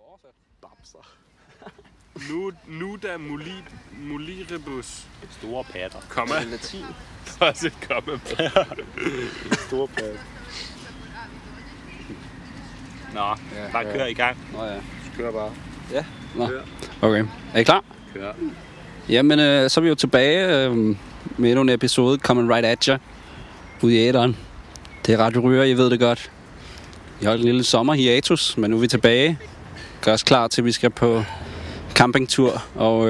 Babser. Nuda muliribus. Store patter. Komma. Latin. Også et komma. Store patter. Nå, bare kør i gang. Nå ja. Kør bare. Ja. Nå. Okay. Er I klar? Kør. Jamen, så er vi jo tilbage med endnu en episode Coming Right At Ya ude i æteren. Det er Radio Ryger, I ved det godt. Vi holdt en lille sommerhiatus, men nu er vi tilbage. Gør os klar til, at vi skal på campingtur. Og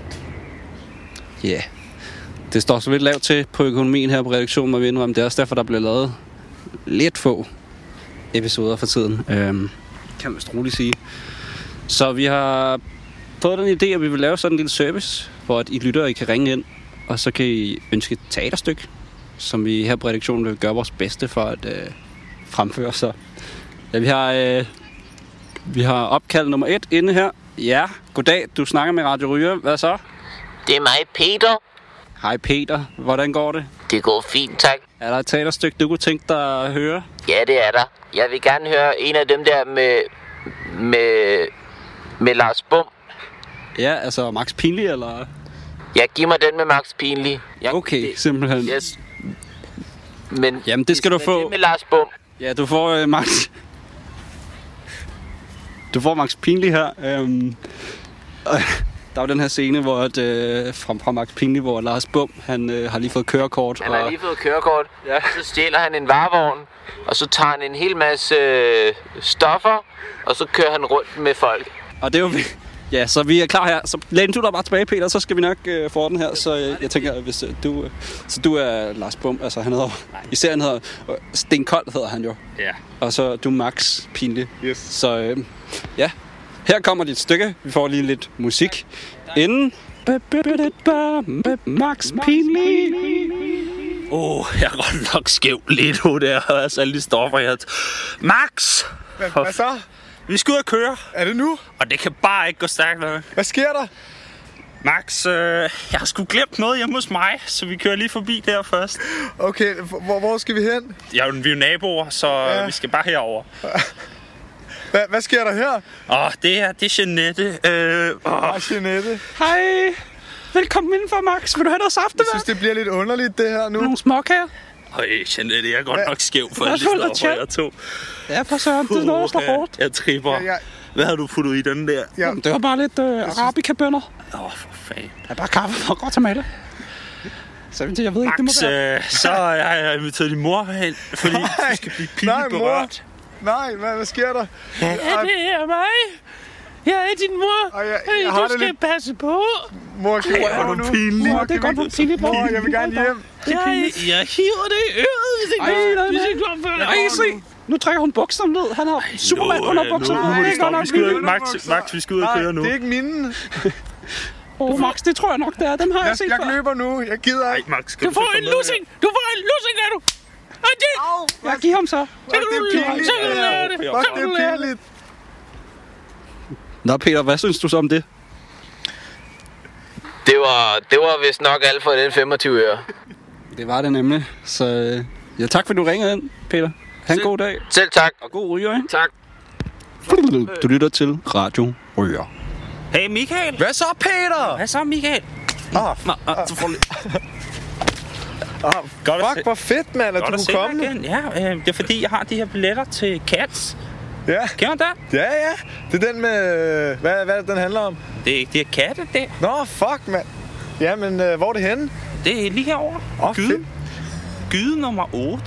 det står så lidt lavt til på økonomien her på redaktionen, må vi indrømme. Det er også derfor, der bliver lavet lidt få episoder for tiden. Kan man vist roligt sige. Så vi har fået den idé, at vi vil lave sådan en lille service, hvor at I lytter, I kan ringe ind, og så kan I ønske et teaterstykke, som vi her på redaktionen vil gøre vores bedste for at fremføre. Så ja, vi har opkald nummer 1 inde her. Ja, goddag, du snakker med Radio Ryger. Hvad så? Det er mig, Peter. Hej Peter, hvordan går det? Det går fint, tak. Er der et teaterstykke, du kunne tænke dig at høre? Ja, det er der. Jeg vil gerne høre en af dem der med Lars Bum. Ja, altså Max Pinlig, eller? Ja, giv mig den med Max Pinlig. Okay, simpelthen. Yes. Men jamen, det skal du få. Det med Lars Bum. Ja, du får Max. Du får Max Pinlig her. Der er jo den her scene, hvor fra Max Pinlig, hvor Lars Bum, han har lige fået kørekort. Han har lige fået kørekort. Ja. Så stjæler han en varevogn, og så tager han en hel masse stoffer, og så kører han rundt med folk. Og det er jo... Ja, så vi er klar her. Så læn du dig bare tilbage, Peter, så skal vi nok få den her. Så jeg tænker, hvis du... Så du er Lars Bum, altså han hedder... I serien hedder... Stenkold hedder han jo. Ja. Og så du Max Pinlig. Yes. Så ja, her kommer dit stykke. Vi får lige lidt musik inden. Max Pinlig. Jeg er godt nok skæv lidt ud der. Altså alle de stoffer, jeg har. Max! Hvad så? Vi skal ud og køre. Er det nu? Og det kan bare ikke gå stærkt nok. Hvad sker der? Max, jeg har sgu glemt noget hjemme hos mig, så vi kører lige forbi der først. Okay, hvor skal vi hen? Ja, vi er jo naboer, så vi skal bare herover. Hvad sker der her? Det er Jeanette. Jeanette. Hej. Velkommen indenfor, Max. Vil du have noget saftevand? Jeg synes, det bliver lidt underligt, det her nu. Nogle småkager. Jeanette, jeg er godt nok skæv for alle de stoffer, jeg tog. Ja, for søren. Det er noget, der slår hårdt. Jeg tripper. Ja. Hvad har du puttet i den der? Ja. Det var bare lidt arabika-bønner. For fanden. Det er bare kaffe og godt tomater. Så jeg ved ikke, det må være. Så har jeg inviteret din mor hen, fordi du skal blive pinligt berørt. Nej, hvad sker der? Ja, det er mig. Jeg er din mor. Jeg du skal passe på. Mor, kan du er du pinlig? Det er godt, du er pinligt. Mor, jeg vil gerne hjem. Jeg hiver det i øret, hvis ikke du opfører Ej, se. Nu trækker hun bukserne ned. Han har Superman under bukserne. Nu må du stoppe. Max, vi skal ud og køre nu. Nej, det er ikke mine. Max, det tror jeg nok, det er. Dem har jeg set før. Jeg løber nu. Jeg gider ikke. Max, skal Du får en lussing. Du får en lussing, er du. Jeg giver ham så. Det er pinligt. Så kan du lære det. Fuck, det er pinligt. Nå, Peter, hvad synes du så om det? Det var vist nok alt for den 25 øre. Det var det nemlig. Så ja, tak fordi du ringede ind, Peter. Ha' en god dag. Selv tak. Og god ryger, ikke? Tak. Du lytter til Radio Ryger. Hey, Michael. Hvad så, Peter? Hvad så, Michael? Så får Fuck, hvor fedt, mand, at du kunne komme. Igen. Ja, det er fordi, jeg har de her billetter til Cats. Ja. Kender du det? Ja. Det er den med... Hvad den handler om? Det er katte, det. Nå, fuck, mand. Jamen, hvor er det henne? Det er lige herovre. Fedt. Gyde nummer 8.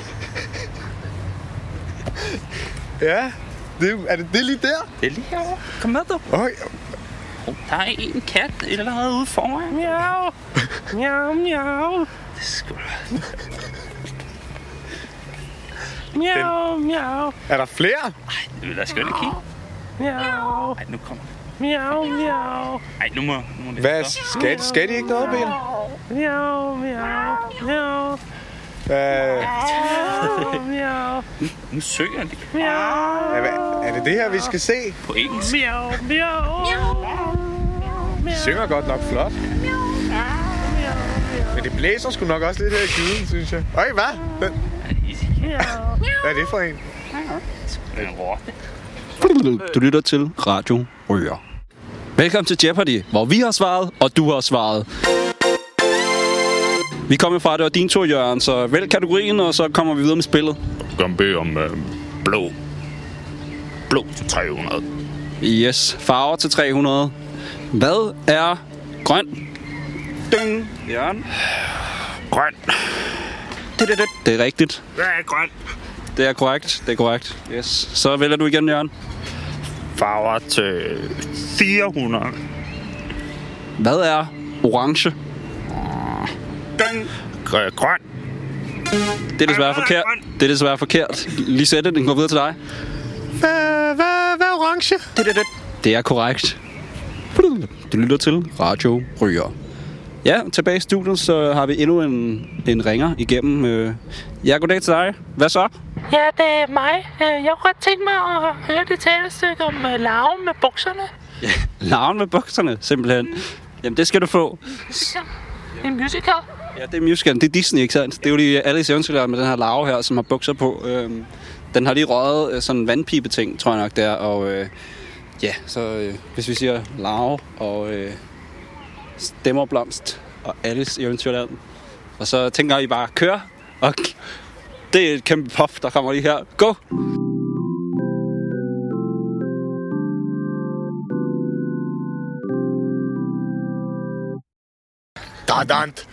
Ja. Er det lige der? Det er lige herovre. Kom med, du. Okay. Der er en kat et eller andet ude foran. Miau. Miau, miau. Det er sgu da... Miau, miau. Er der flere? Ej, lad os gå ind og kigge. Miau. Ej, nu kommer... Miau, miau. Ej, nu må det... Hvad? Skal de ikke noget, Peter? Miau, miau. Miau. Miau. Nu synger de. Miau. Er det her, vi skal se? På engelsk. Miau, miau. De synger godt nok flot. Men det blæser sgu nok også lidt her i gyden, synes jeg. Øj, hvad? Hvad er det for en? En rotte. Du lytter til Radio Røger. Velkommen til Jeopardy, hvor vi har svaret, og du har svaret. Vi kommer fra, det var din tur, Jørgen, så vælg kategorien, og så kommer vi videre med spillet. Kom bede om blå. Blå til 300. Yes, farver til 300. Hvad er grøn? Ding, Jørgen. Grøn. Det er rigtigt. Hvad er grøn? Det er korrekt. Yes. Så vælger du igen, Jørgen. Farver til 400. Hvad er orange? Grøn. Det er desværre forkert. Lisette, den går videre til dig. Hvad er orange? Det er korrekt. Du lytter til Radio Røger. Ja, tilbage i studiet, så har vi endnu en ringer igennem. Ja, goddag til dig. Hvad så? Ja, det er mig. Jeg kunne godt tænke mig at høre det teaterstykke om larven med bukserne. Ja, larven med bukserne, simpelthen. Jamen, det skal du få. En musical. Ja, det er musical. Det er Disney, ikke sandt? Det er jo de Alice Eventyrland med den her larve her, som har bukser på. Den har lige røget sådan en vandpipe-ting, tror jeg nok, der. Og ja, så hvis vi siger larve og stemmerblomst og Alice Eventyrland. Og så tænker I bare, kør. Og det er et kæmpe pop, der kommer lige her. Go! Dadant.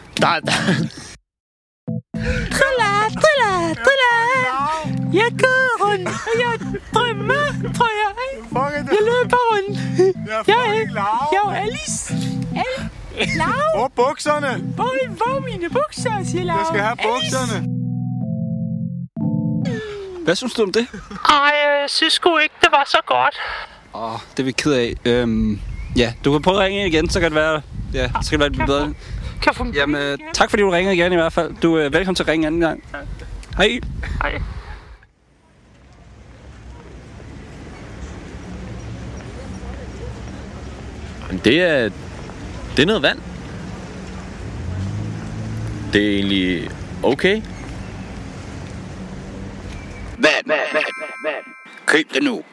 Trilla. Jeg går rundt, og jeg drømmer, tror jeg. Jeg løber rundt. Jeg er Alice. Larve. Hvor er bukserne? Hvor er mine bukser, siger Larve. Jeg skal have bukserne. Hvad synes du om det? Jeg synes sgu ikke, det var så godt. Det er vi ked af. Ja, du kan prøve at ringe igen, så kan det være... Ja, så kan det være lidt bedre. Jamen, tak fordi du ringede igen i hvert fald. Du er velkommen til at ringe anden gang. Hej. Hej. Det er noget vand. Det er egentlig okay. Vand. Køb det nu.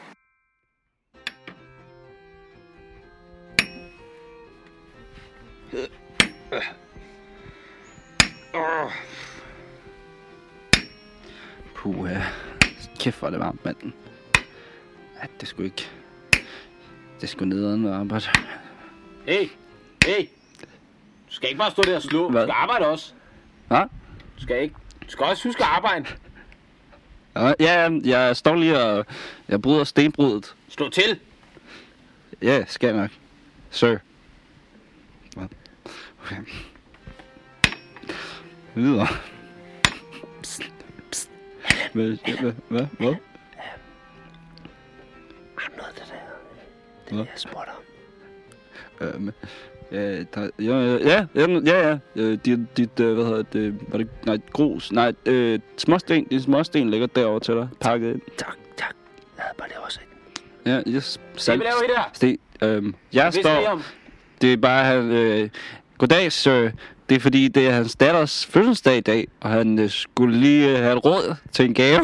Puha. Kæft, hvor er det varmt, manden. Ja, det skulle ikke... Det skulle nederen med arbejde. Hey. Du skal ikke bare stå der og slå. Hvad? Du skal arbejde også. Hvad? Du skal også huske at arbejde. Ja, jeg står lige og... Jeg bryder stenbruddet. Slå til. Ja, skal jeg nok. Sir. Hvad? Okay. Videre. Hvad? Har du noget det der? Det jeg spurgte om. Ja. Dit, hvad hedder det? Var det? Nej, grus. Nej, småsten. Din småsten ligger derovre til dig. Pakket ind. Tak. Jeg havde bare lavet også Ja, yes. Hvad laver I der? Sten. Jeg står... Det er bare han... Goddag, sir. Det er fordi, det er hans datters fødselsdag i dag, og han skulle lige have et råd til en gave.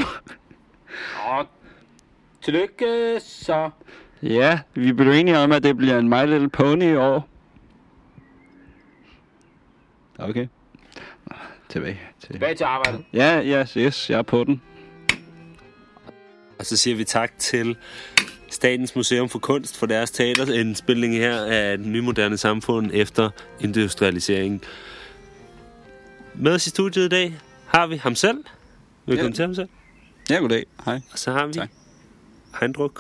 Tillykke, så. Ja, vi blev enige om, at det bliver en My Little Pony i år. Okay. Tilbage til arbejdet. Ja, yes, jeg er på den. Og så siger vi tak til Statens Museum for Kunst for deres teaterindspilning her af det nymoderne samfund efter industrialiseringen. Med os i studiet i dag har vi ham selv. Velkommen til ham selv. Ja, goddag. Hej. Og så har vi Heindruck.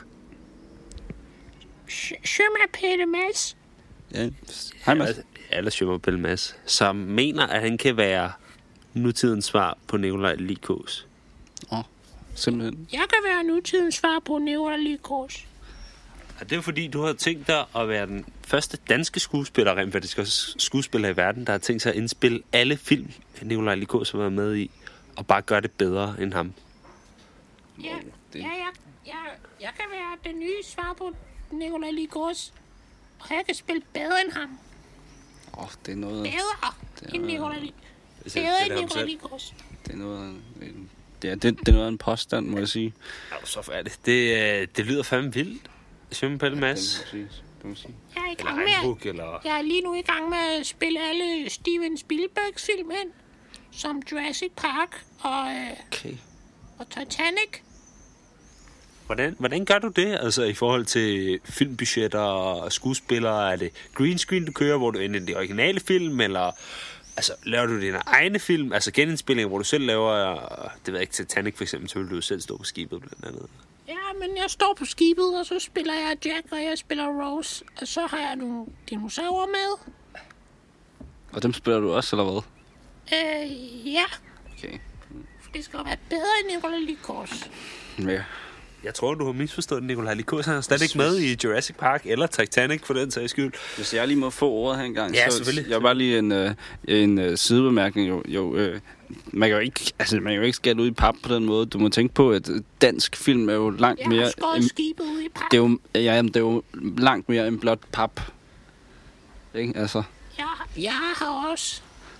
Sjømmer Pelle Mads. Ja, hej Mads. Eller Sjømmer Pelle Mads, som mener, at han kan være nutidens svar på Nikolaj Likås. Simpelthen. Jeg kan være nutidens svar på Nikolaj Likås. Og det er fordi, du har tænkt dig at være den første danske skuespiller, rent faktisk også skuespiller i verden, der har tænkt sig at indspille alle film, Nikolaj Likås har været med i, og bare gøre det bedre end ham. Ja, jeg kan være den nye svar på Nikolaj Likås, og jeg kan spille bedre end ham. Det er noget... Bedre end Nikolaj Likås. Bedre end Nikolaj Likås. Det er noget Det er noget af en påstand, må jeg sige. Ja, så færdigt. Det lyder fandme vildt. Jean-Paul Mads. Jeg er lige nu i gang med at spille alle Steven Spielberg-film ind, som Jurassic Park og Titanic. Hvordan gør du det, altså i forhold til filmbudgetter og skuespillere? Er det green screen, du kører, hvor du ender i de originale film, eller altså, laver du dine egne film, altså genindspillinger, hvor du selv laver, det ved jeg ikke, Titanic for eksempel, så vil du selv stå på skibet blandt andet? Ja, men jeg står på skibet, og så spiller jeg Jack, og jeg spiller Rose, og så har jeg nogle dinosaurer med. Og dem spiller du også, eller hvad? Ja. Okay. For det skal være bedre end Nicolas Likos. Ja. Jeg tror, du har misforstået Nicolas Likos. Han er stadig ikke med i Jurassic Park eller Titanic, for den sags skyld. Hvis jeg lige må få ordet her engang, ja, så selvfølgelig. jeg var lige en sidebemærkning. Man kan jo ikke skære ud i pap på den måde. Du må tænke på, at dansk film er jo langt mere... Jeg har skåret skibet ud i pap. Det er jo langt mere end blot pap. Ikke? Altså. Jeg har også...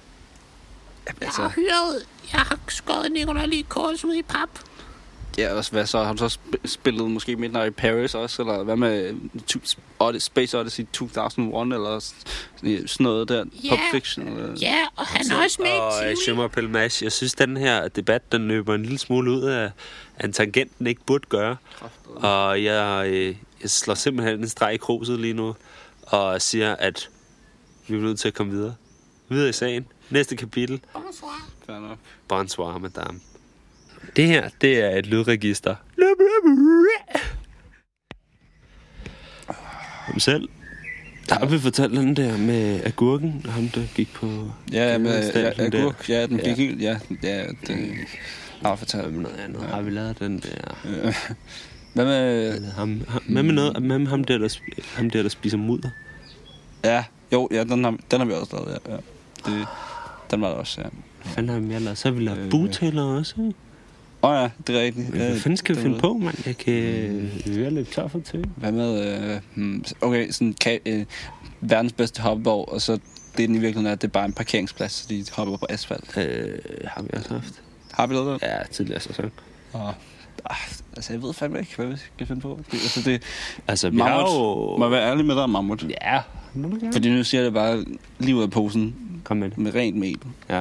Jeg har skåret Nicolas Likos ud i pap. Ja, og hvad så? Har du så spillet måske Midnight in Paris også? Eller hvad med Space Odyssey 2001? Eller sådan noget der? Ja, Pulp Fiction? Eller? Ja, og han er også med i Tivoli. Og Jean-Paul Mads, jeg synes, den her debat, den løber en lille smule ud af en tangent, den ikke burde gøre. Og jeg slår simpelthen en streg i kruset lige nu, og siger, at vi er nødt til at komme videre. Videre i sagen. Næste kapitel. Bonsoir. Bonsoir, madame. Det her, det er et lydregister. Om selv. Der har vi fortalt den der med agurken, ham der gik på... Ja, med agurk. Ja, den gik helt... Ja, det har jeg fortalt. Noget andet. Har vi lavet den der... Hvad med... Hvad med noget? Hvad med ham der spiser mudder? Ja, jo, ja, den har vi også lavet, ja. Den var der også, ja. Hvad fanden har vi mere lavet? Så har vi lavet butaler også, ikke? Ja, det er rigtigt. Hvad fanden skal vi finde på, mand? Jeg kan være lidt klar for til. Hvad med... Okay, sådan verdens bedste hoppeborg, og så det den i virkeligheden er, at det er bare en parkeringsplads, så de hopper på asfalt. Har vi også haft. Har vi lavet det? Ja, tidligere sæson. Altså, jeg ved fandme ikke, hvad vi skal finde på. Vi har jo... Må jeg være ærlig med dig, Mammut? Ja. Fordi nu siger jeg det bare lige ud af posen. Kom med det. Med rent mel. Ja.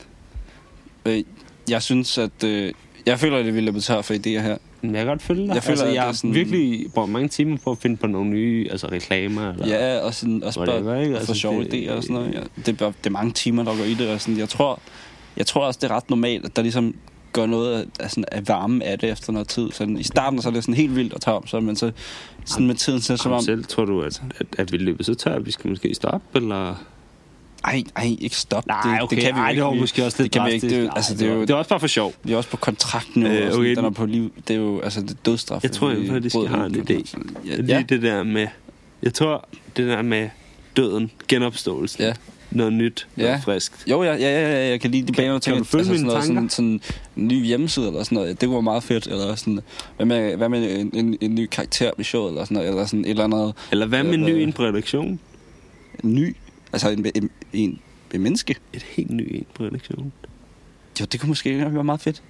Jeg synes, at... jeg føler, at det ville blive tør for idéer her. Jeg kan godt følge dig. Jeg føler, jeg har sådan... virkelig brugt mange timer på at finde på nogle nye reklamer. Eller... Ja, og sådan også bare for sjove idéer og sådan noget. Ja. Det er mange timer, der går i det. Og sådan. Jeg tror også, det er ret normalt, at der ligesom gør noget af varme af det efter noget tid. Så i starten så er det sådan helt vildt at tage om sig, men så sådan med tiden så som om... Selv tror du, at vi løber så tør, at vi skal måske stoppe, eller... Ej, ikke stop. Nej, okay. Det kan vi ikke. Det var måske også lidt drastisk. Det er også bare for sjov. Det er også på kontrakten nu. Okay. Den er på liv. Det er jo det er dødsstraf. Jeg tror jo, at de skal have en idé. Lige det der med... Jeg tror, det der med døden, genopståelsen. Ja. Noget nyt, noget friskt. Jo, jeg kan lide de baner ting. Kan du følge mine tanker? Sådan en ny hjemmeside eller sådan noget. Det kunne være meget fedt. Eller sådan, hvad med en ny karakter i showet eller sådan noget. Eller sådan et eller andet. Eller hvad med en ny indproduktion? En ny? Altså en menneske? Et helt ny en på redaktionen. Jo, det kunne måske være meget fedt.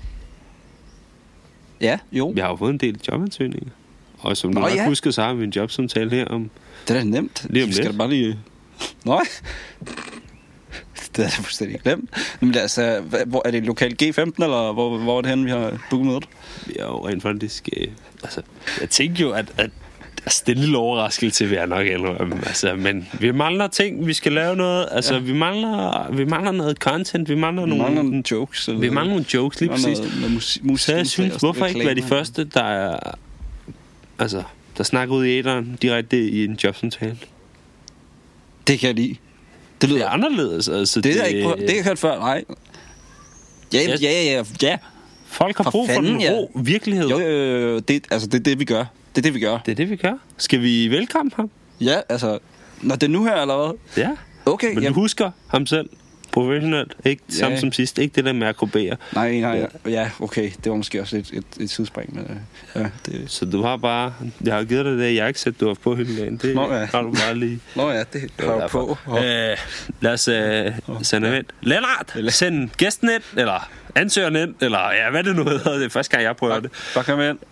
Ja, jo. Vi har jo fået en del jobansøgninger. Og som du nok husker, så har vi en jobsamtale her om... Det er da nemt. Lige om lidt. Skal da bare lige... Nå, det er da fuldstændig glemt. Men altså, hvor er det lokal G15, eller hvor er det henne, vi har booket mødet? Vi er jo rent faktisk... jeg tænkte jo, at det er en lille overraskelse, vil jeg nok indrømme. Altså, men vi mangler ting, vi skal lave noget. Altså, vi mangler noget content, vi mangler nogle jokes. Vi mangler nogle jokes, lige præcis. Så jeg synes, hvorfor ikke være de første, der snakker ud i æteren direkte i en jobsamtale? Det kan jeg lide. Det lyder anderledes. Altså, det har jeg ikke hørt før, nej. Ja. Folk har brug for den rå virkelighed. Jo, det er det, vi gør. Det er det, vi gør. Skal vi velkomme ham? Ja, altså... Når det er nu her, eller hvad? Ja. Okay, men du husker ham selv? Professionelt? Ikke samme som sidst? Ikke det der med at akrobere? Nej. Ja, okay. Det var måske også et tidsspring. Men, det... Så du har bare... Jeg har givet dig det jakkesæt, du har på hele dagen. Det har du bare lige... Nå ja, det har du på. Lad os sende vent. Lennart, send gæsten ind. Eller ansøgeren ind, eller ja, hvad det nu hedder. Det er første gang, jeg prøver det. Bare kom ind.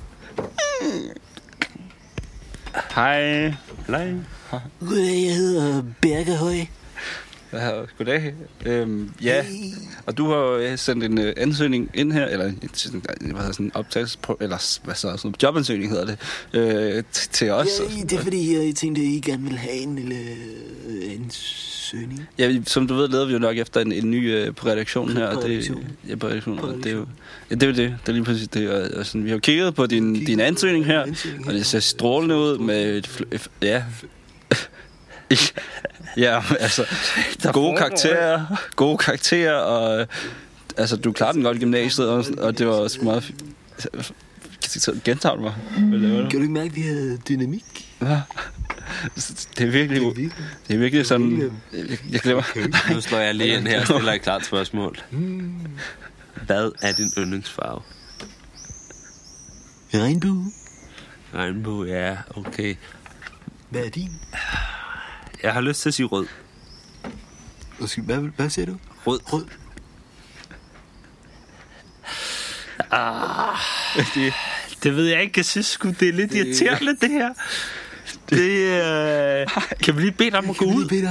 Hej. Hej. Goddag, jeg hedder Bergerhøj. Ja, goddag. Ja, og du har jo sendt en ansøgning ind her, eller sådan en optagelses, eller hvad så, sådan en jobansøgning hedder det, til os. Ja, det er fordi, jeg tænkte, at I gerne vil have en ansøgning. Ja, som du ved, leder vi jo nok efter en ny på redaktionen her. På redaktionen. Ja, på redaktionen. Og det er jo det er lige præcis det. Og sådan, vi har kigget på din ansøgning her, og det ser strålende ud med ja, altså gode karakterer, og altså du klarede den godt i gymnasiet, og det var også meget gentager mig. Kan du ikke mærke, at vi havde dynamik? Ja. Det er virkelig sådan. Jeg glemmer. Nu slår jeg lige ind her og stiller et klart spørgsmål. Hvad er din yndlingsfarve? Regnbue. Regnbue, ja, okay. Hvad er din? Jeg har lyst til at sige rød. Hvad siger du? Rød. Det ved jeg ikke. Jeg synes sgu, det er lidt irriterende, det her. Kan vi lige bede dig om at gå ud?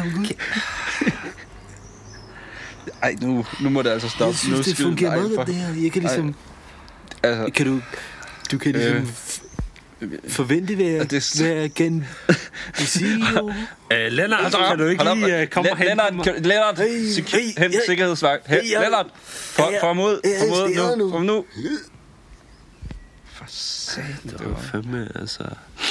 Ej, nu må det altså stoppe. Jeg synes, det fungerer meget godt, det her. Jeg kan ligesom... Altså, du kan ligesom... forvente, hvad jeg kan sige, jo. Lennart, kan du ikke lige komme og hente mig? Lennart, hent sikkerhedsvagt. Lennart, få ham ud nu. For satan. Det var fandme, altså...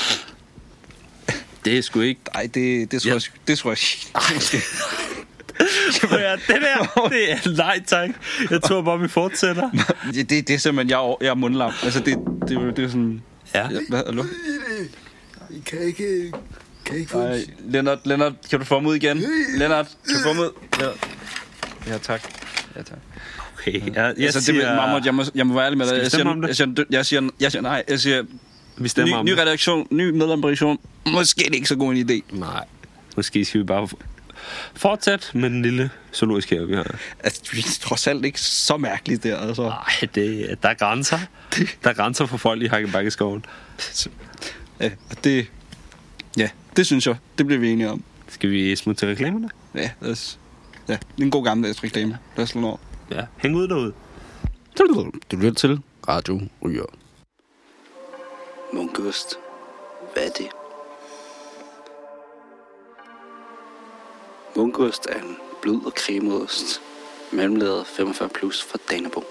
Det er sgu ikke... Nej, det tror jeg ikke. Ja, det der, det er nej tak. Jeg tror bare, vi fortsætter. Det er simpelthen, jeg er mundlam. Altså, det er sådan... Ja. Hvad, hallo? Kan ikke få... Nej, Lennart, kan du få ham ud igen? Lennart, kan du få ham ud? Ja, tak. Okay, jeg siger... Jeg må være ærlig med dig. Jeg siger nej. Jeg siger... Vi stemmer om ny redaktion, ny medlem på redaktion. Måske det ikke så god en idé. Nej. Måske skal vi bare fortsætte med den lille zoologiske have, vi har. Altså, det er trods alt ikke så mærkeligt der, altså. Nej, der er grænser. Der er grænser for folk i Hakkebakkeskoven. Det synes jeg. Det bliver vi enige om. Skal vi smutte til reklamerne? Ja, det er en god gammeldags reklame. Lad os slå over. Ja, hæng ud derude. Du lytter til Radio Ryger. Munkeost. Hvad er det? Munkeost er en blød og cremeost, mellemlaget 45 plus fra Danabo.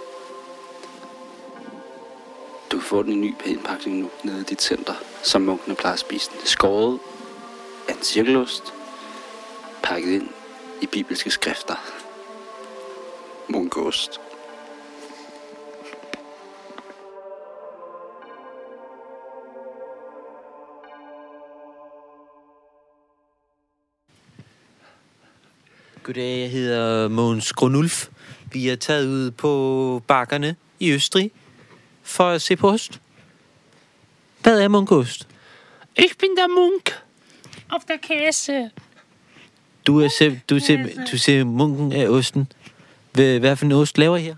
Du kan få den i ny indpakning nu nede i dit center, som munkene plejer at spise den. Skåret af en cirkelost, pakket ind i bibelske skrifter. Munkeost. Goddag, jeg hedder Mogens Grunulf. Vi er taget ud på bakkerne i Østrig for at se på ost. Hvad er munkeost? Ich bin der Munk auf der Käse. Du ser munken af osten. Hvad for en ost laver I her?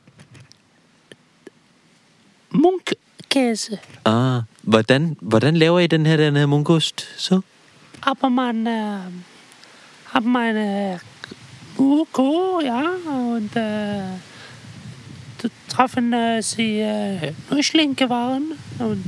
Munkkäse. Hvordan laver I den her munkeost så? Aber man hat meine Kuh, ja, und treffen sie Mischling-Waren und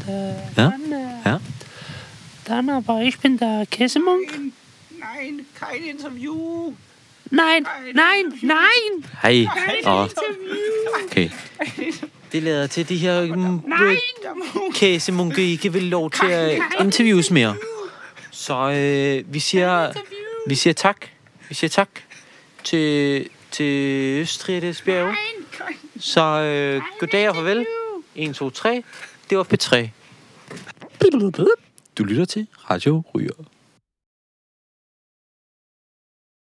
dann aber ich bin der Käsemunk. Nein, kein Interview. Nein. Hej. Okay. Det lader til, de her kæsemunke ikke vil lov til at interviews mere. Så vi siger tak. Vi siger tak til Østrig, bjerg. Så goddag og farvel. 1, 2, 3. Det var P3. Du lytter til Radio Ryger.